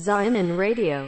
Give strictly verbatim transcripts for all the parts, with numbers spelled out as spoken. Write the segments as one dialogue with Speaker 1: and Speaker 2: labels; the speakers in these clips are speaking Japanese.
Speaker 1: Zion Radio。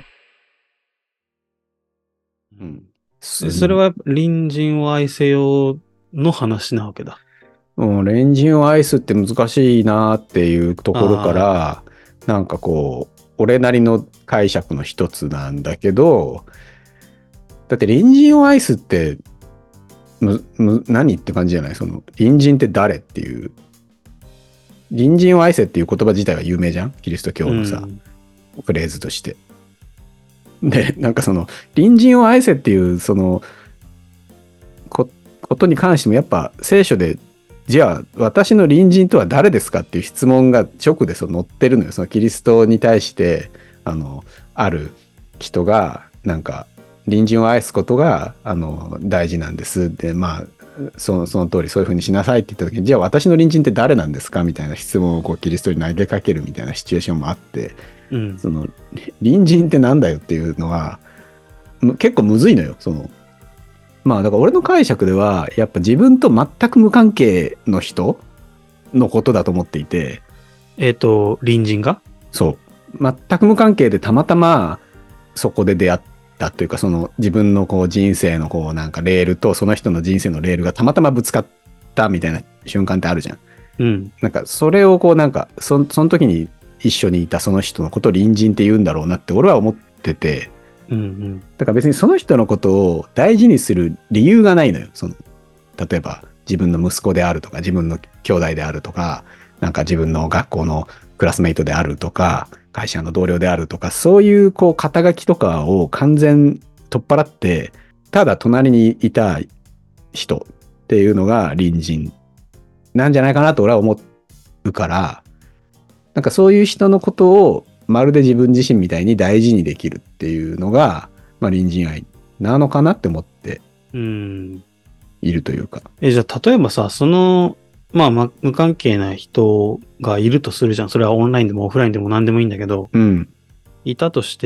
Speaker 2: うん。
Speaker 3: そそれは隣人を愛せよの話なわけだ。
Speaker 2: うん、隣人を愛すって難しいなっていうところから、なんかこう、俺なりの解釈の一つなんだけど、だって隣人を愛すって、む、む、何って感じじゃない？その、隣人って誰っていう。隣人を愛せっていう言葉自体は有名じゃん？キリスト教のさ、
Speaker 3: うん、
Speaker 2: フレーズとして。で、なんかその、隣人を愛せっていう、その、こ、ことに関してもやっぱ聖書で、じゃあ私の隣人とは誰ですかっていう質問が直でその載ってるのよ。そのキリストに対してあのある人がなんか隣人を愛すことがあの大事なんですで、まあそのその通りそういうふうにしなさいって言った時に、じゃあ私の隣人って誰なんですかみたいな質問をこうキリストに投げかけるみたいなシチュエーションもあって、
Speaker 3: うん、
Speaker 2: その隣人ってなんだよっていうのは結構むずいのよ。そのまあだから俺の解釈ではやっぱ自分と全く無関係の人のことだと思っていて、
Speaker 3: えっと、隣人が
Speaker 2: そう全く無関係でたまたまそこで出会ったというか、その自分のこう人生のこうなんかレールとその人の人生のレールがたまたまぶつかったみたいな瞬間ってあるじゃん。
Speaker 3: うん。
Speaker 2: なんかそれをこうなんかそその時に一緒にいたその人のことを隣人って言うんだろうなって俺は思ってて。
Speaker 3: うんうん、
Speaker 2: だから別にその人のことを大事にする理由がないのよ。その例えば自分の息子であるとか自分の兄弟であるとか、なんか自分の学校のクラスメイトであるとか会社の同僚であるとか、そういうこう肩書きとかを完全取っ払って、ただ隣にいた人っていうのが隣人なんじゃないかなと俺は思うから、なんかそういう人のことをまるで自分自身みたいに大事にできるっていうのが、まあ、隣人愛なのかなって思っているというか。
Speaker 3: え、じゃあ例えばさ、その、まあ、ま、無関係な人がいるとするじゃん。それはオンラインでもオフラインでも何でもいいんだけど、
Speaker 2: うん、
Speaker 3: いたとして、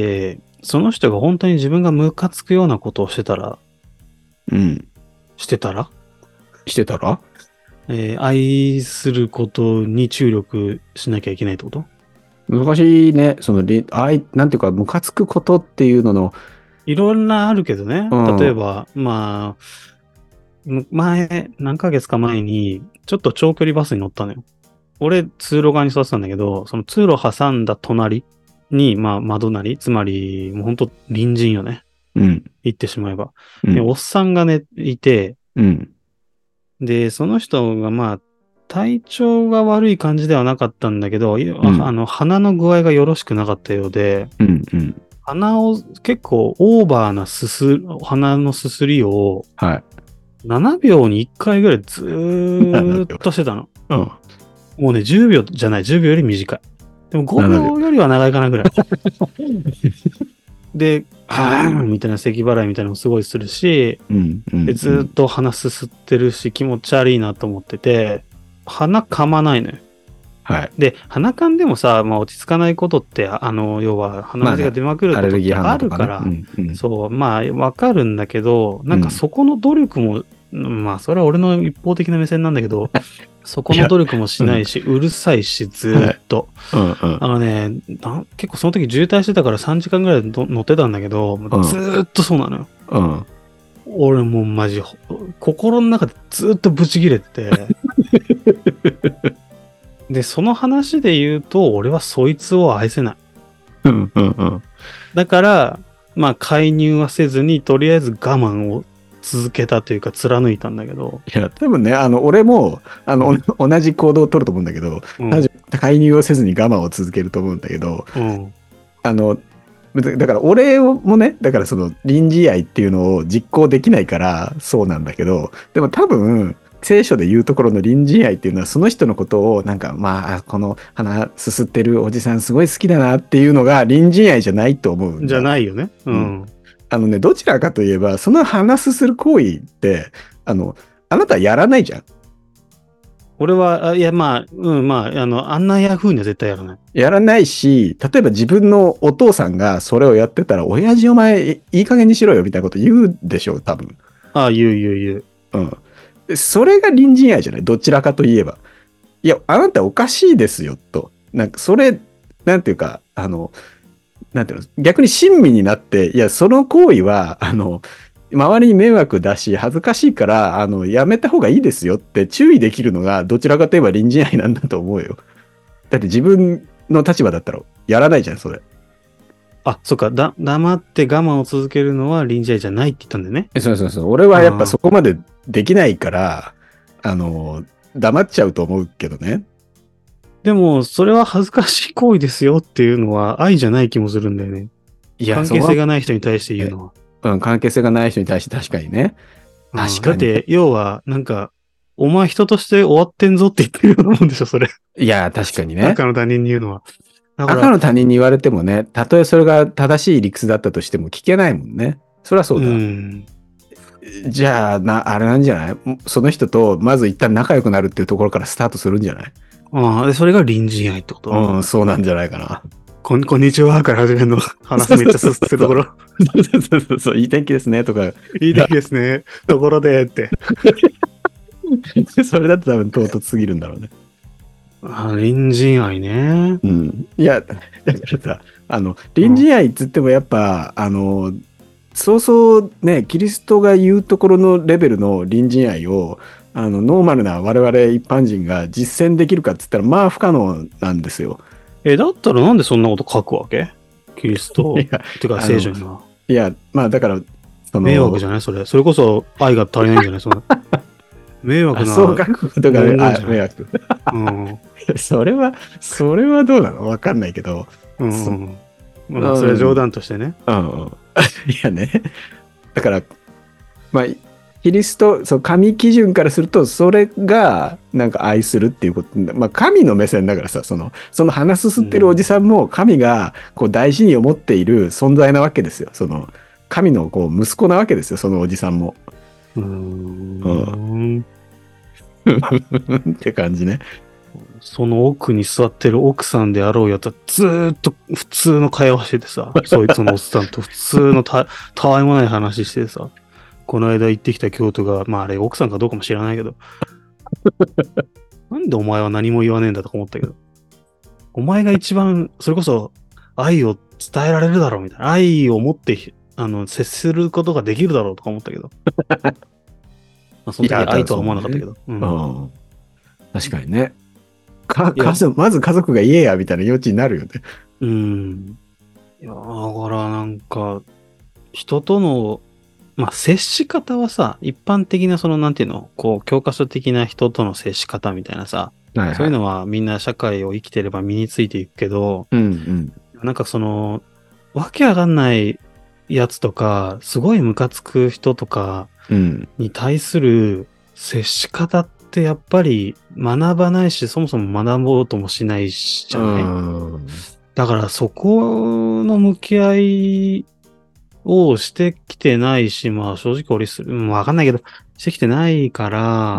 Speaker 3: その人が本当に自分がムカつくようなことをしてたら、
Speaker 2: うん、
Speaker 3: してたら
Speaker 2: してたら、
Speaker 3: えー愛することに注力しなきゃいけないってこと？
Speaker 2: 難しいね。そのり愛なんていうかムカつくことっていうのの、
Speaker 3: いろんなあるけどね。
Speaker 2: うん
Speaker 3: 例えば、まあ、む前、何ヶ月か前に、ちょっと長距離バスに乗ったのよ。俺、通路側に座ってたんだけど、その通路を挟んだ隣に、まあ、窓なり、つまり、もうほんと隣人よね。
Speaker 2: うん、
Speaker 3: 言ってしまえば。
Speaker 2: うん、
Speaker 3: で、おっさんがね、いて、
Speaker 2: うん、
Speaker 3: で、その人が、まあ、体調が悪い感じではなかったんだけど、い
Speaker 2: ん
Speaker 3: あの、鼻の具合がよろしくなかったようで、
Speaker 2: うん、うん、
Speaker 3: 鼻を、結構オーバーなすす、鼻のすすりを、
Speaker 2: はい。
Speaker 3: ななびょうにいっかいぐらいずーっとしてたの。
Speaker 2: うん。
Speaker 3: もうね、じゅうびょうじゃない、じゅうびょうより短い。でもごびょうよりは長いかなぐらい。で、はぁーみたいな咳払いみたいなのもすごいするし、
Speaker 2: うんうん、
Speaker 3: でずーっと鼻すすってるし、気持ち悪いなと思ってて、鼻噛まないのよ。
Speaker 2: はい。
Speaker 3: で、鼻噛んでもさ、まあ落ち着かないことって、あの、要は鼻水が出まくることってあるから、
Speaker 2: うんうん、
Speaker 3: そう、まあわかるんだけど、なんかそこの努力も、うん、まあそれは俺の一方的な目線なんだけど、そこの努力もしないし、うん、うるさいし、ずーっと。はい、うんうん、あのねな、結構その時渋滞してたからさんじかんぐらい乗ってたんだけど、うん、ずーっとそうなのよ。うん、俺もうマジ、心の中でずーっとブチ切れてて。で、その話で言うと、俺はそいつを愛せない。
Speaker 2: うんうんうん、だ
Speaker 3: から、まあ介入はせずに、とりあえず我慢を続けたというか貫いたんだけど。
Speaker 2: いや、多分ね、あの、俺も、あの、うん、同じ行動を取ると思うんだけど、うん、介入をせずに我慢を続けると思うんだけど、うん、あの、だから俺もね、だからその隣人愛っていうのを実行できないからそうなんだけど、でも多分、聖書で言うところの隣人愛っていうのはその人のことをなんかまあこの鼻すすってるおじさんすごい好きだなっていうのが隣人愛じゃないと思うんだ。
Speaker 3: じゃないよね。うん。うん、
Speaker 2: あのね、どちらかといえばその鼻すする行為ってあのあなたはやらないじゃん。
Speaker 3: 俺は、いやまあ、うんまあ、あの、あんなや風には絶対やらない。
Speaker 2: やらないし、例えば自分のお父さんがそれをやってたら、親父お前いい加減にしろよみたいなこと言うでしょ、多分。
Speaker 3: ああ、言う言う言う。
Speaker 2: うん。それが隣人愛じゃない？どちらかといえば。いや、あなたおかしいですよ、と。なんか、それ、なんていうか、あの、 なんていうの、逆に親身になって、いや、その行為は、あの、周りに迷惑だし、恥ずかしいから、あの、やめた方がいいですよって注意できるのが、どちらかといえば隣人愛なんだと思うよ。だって自分の立場だったら、やらないじゃん、それ。
Speaker 3: あ、そっか、だ、黙って我慢を続けるのは臨時愛じゃないって言ったんだよね。
Speaker 2: そうそうそう。俺はやっぱそこまでできないから、あの、黙っちゃうと思うけどね。
Speaker 3: でも、それは恥ずかしい行為ですよっていうのは愛じゃない気もするんだよね。いや、関係性がない人に対して言うのは。
Speaker 2: うん、関係性がない人に対して確かにね。確かに。
Speaker 3: だって、要は、なんか、お前人として終わってんぞって言ってるようなもんでしょ、それ。
Speaker 2: いや、確かにね。
Speaker 3: 赤の他人に言うのは。
Speaker 2: 赤の他人に言われてもね、たとえそれが正しい理屈だったとしても聞けないもんね。そりゃそうだ。うん、じゃあ、な、あれなんじゃない？その人とまず一旦仲良くなるっていうところからスタートするんじゃない？
Speaker 3: ああ、で、それが隣人愛ってこと？
Speaker 2: うん、そうなんじゃないかな。
Speaker 3: こん、こんにちはから始めるの。話めっちゃすするところ。
Speaker 2: そうそうそうそう、いい天気ですね、とか。
Speaker 3: いい天気ですね。ところで、って。
Speaker 2: それだと多分唐突すぎるんだろうね。
Speaker 3: あ、隣人愛ね。
Speaker 2: うん。いや、だからさ、あの、隣人愛っつってもやっぱ、うん、あの、そうそうね、キリストが言うところのレベルの隣人愛を、あの、ノーマルな我々一般人が実践できるかっつったら、まあ不可能なんですよ。
Speaker 3: え、だったらなんでそんなこと書くわけ？キリスト。いや、てか聖書には。
Speaker 2: いや、まあだから、
Speaker 3: その。迷惑じゃないそれ。それこそ愛が足りないんじゃないその。迷惑な。
Speaker 2: そう書くことが、あ、迷惑。うん。それは、それはどうなの？わかんないけど。
Speaker 3: うん、うん。まあ、それは冗談としてね。
Speaker 2: うん、うん。いやね。だから、まあ、キリスト、そう、神基準からすると、それが、なんか愛するっていうこと、まあ、神の目線だからさ、その、その鼻すすってるおじさんも、神が、こう、大事に思っている存在なわけですよ。その、神の、こう、息子なわけですよ、そのおじさんも。うーん。うん。って感じね。
Speaker 3: その奥に座ってる奥さんであろうやつはずーっと普通の会話しててさ、そいつのおっさんと普通のた、たわいもない話しててさ、この間行ってきた京都が、まああれ奥さんかどうかも知らないけど、なんでお前は何も言わねえんだとか思ったけど、お前が一番、それこそ愛を伝えられるだろうみたいな、愛を持って、あの、接することができるだろうとか思ったけど、まあその時愛とは思わなかったけど。うん
Speaker 2: うん、確かにね。か家族まず家族が言えやみたいな余地になるよね。
Speaker 3: うん。いや、だからなんか、人との、まあ、接し方はさ、一般的なその、なんていうの、こう、教科書的な人との接し方みたいなさ、はいはい、そういうのはみんな社会を生きてれば身についていくけど、うんうん、なんかその、わけわかんないやつとか、すごいムカつく人とかに対する接し方って、ってやっぱり学ばないし、そもそも学ぼうともしないしじゃない。だからそこの向き合いをしてきてないし、まあ正直俺する、うん、わかんないけど、してきてないから、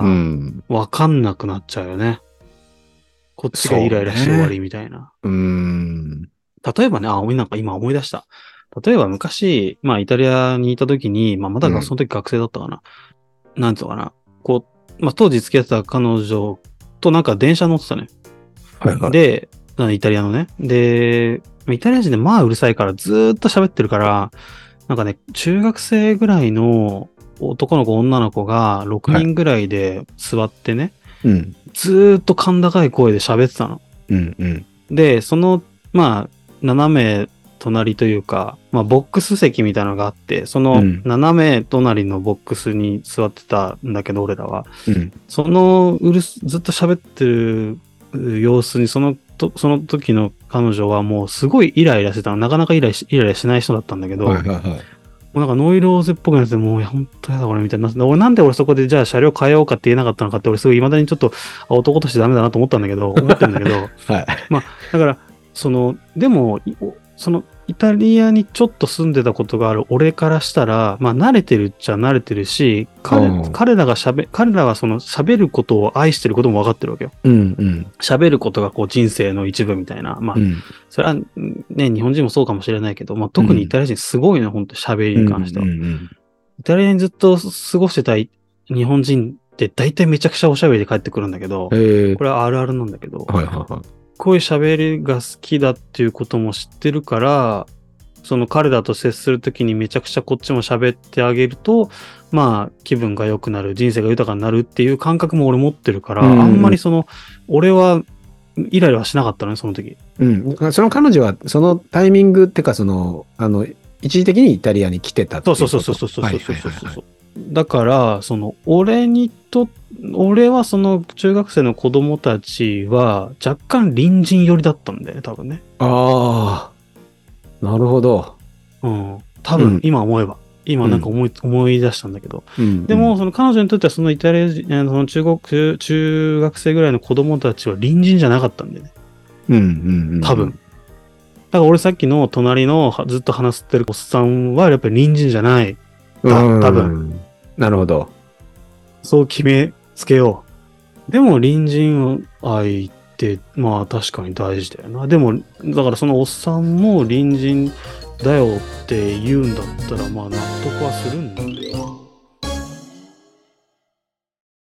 Speaker 3: うん、わかんなくなっちゃうよね。こっちがイライラして終わりみたいな。う、ね、ん。例えばね、あ、なんか今思い出した。例えば昔、まあイタリアにいた時に、まあまだその時学生だったかな。うん、なんつうのかな。こう、まあ、当時付き合ってた彼女となんか電車乗ってたね。はいはい。で、イタリアのね。で、イタリア人でまあうるさいからずーっと喋ってるから、なんかね、中学生ぐらいの男の子女の子がろくにんぐらいで座ってね、はい、うん、ずーっと甲高い声で喋ってたの。うんうん。で、その、まあ、斜め隣というか、まあ、ボックス席みたいなのがあって、その斜め隣のボックスに座ってたんだけど、俺らは。うん、そのうるす、ずっと喋ってる様子に、そのと、その時の彼女はもうすごいイライラしてたの。なかなかイライラし、イライラしない人だったんだけど、はいはいはい、もうなんかノイローゼっぽくなって、もう本当やだこれみたいな。俺なんで俺そこでじゃあ車両変えようかって言えなかったのかって、俺すごい未だにちょっと男としてダメだなと思ったんだけど、思ってんだけど、はい、まあ、だから、その、でも、そのイタリアにちょっと住んでたことがある俺からしたら、まあ慣れてるっちゃ慣れてるし、彼、彼らが喋、彼らはその喋ることを愛してることも分かってるわけよ。うんうん。喋ることがこう人生の一部みたいな。まあ、うん、それはね、日本人もそうかもしれないけど、まあ特にイタリア人すごいの、本当喋りに関しては、うんうんうん。イタリアにずっと過ごしてた日本人って大体めちゃくちゃおしゃべりで帰ってくるんだけど、これはあるあるなんだけど、はいはいはい。こういう喋りが好きだっていうことも知ってるから、 その彼らと接するときにめちゃくちゃこっちも喋ってあげると、まあ気分が良くなる、人生が豊かになるっていう感覚も俺持ってるから、うんうん、あんまりその、俺はイライラはしなかったのね、その時。
Speaker 2: うん。その彼女はそのタイミングっていうか、その、あの、一時的にイタリアに来てたっていうこと。
Speaker 3: そうそうそうそうそうそうそうそう。だから、その、俺にと、俺はその中学生の子供たちは若干隣人寄りだったんだよね、多分ね。
Speaker 2: ああ、なるほど。
Speaker 3: うん。多分、今思えば。うん、今なんか思い、うん、思い出したんだけど。うん、でも、その彼女にとってはそのイタリア人、その中国、中学生ぐらいの子供たちは隣人じゃなかったんだよね。
Speaker 2: うんうんうん。
Speaker 3: 多分。だから俺さっきの隣のずっと話してるおっさんはやっぱり隣人じゃない。だ、多分。
Speaker 2: なるほど。
Speaker 3: そう決めつけよう。でも隣人愛って、まあ確かに大事だよな。でも、だからそのおっさんも隣人だよって言うんだったら、まあ納得はするんだけど。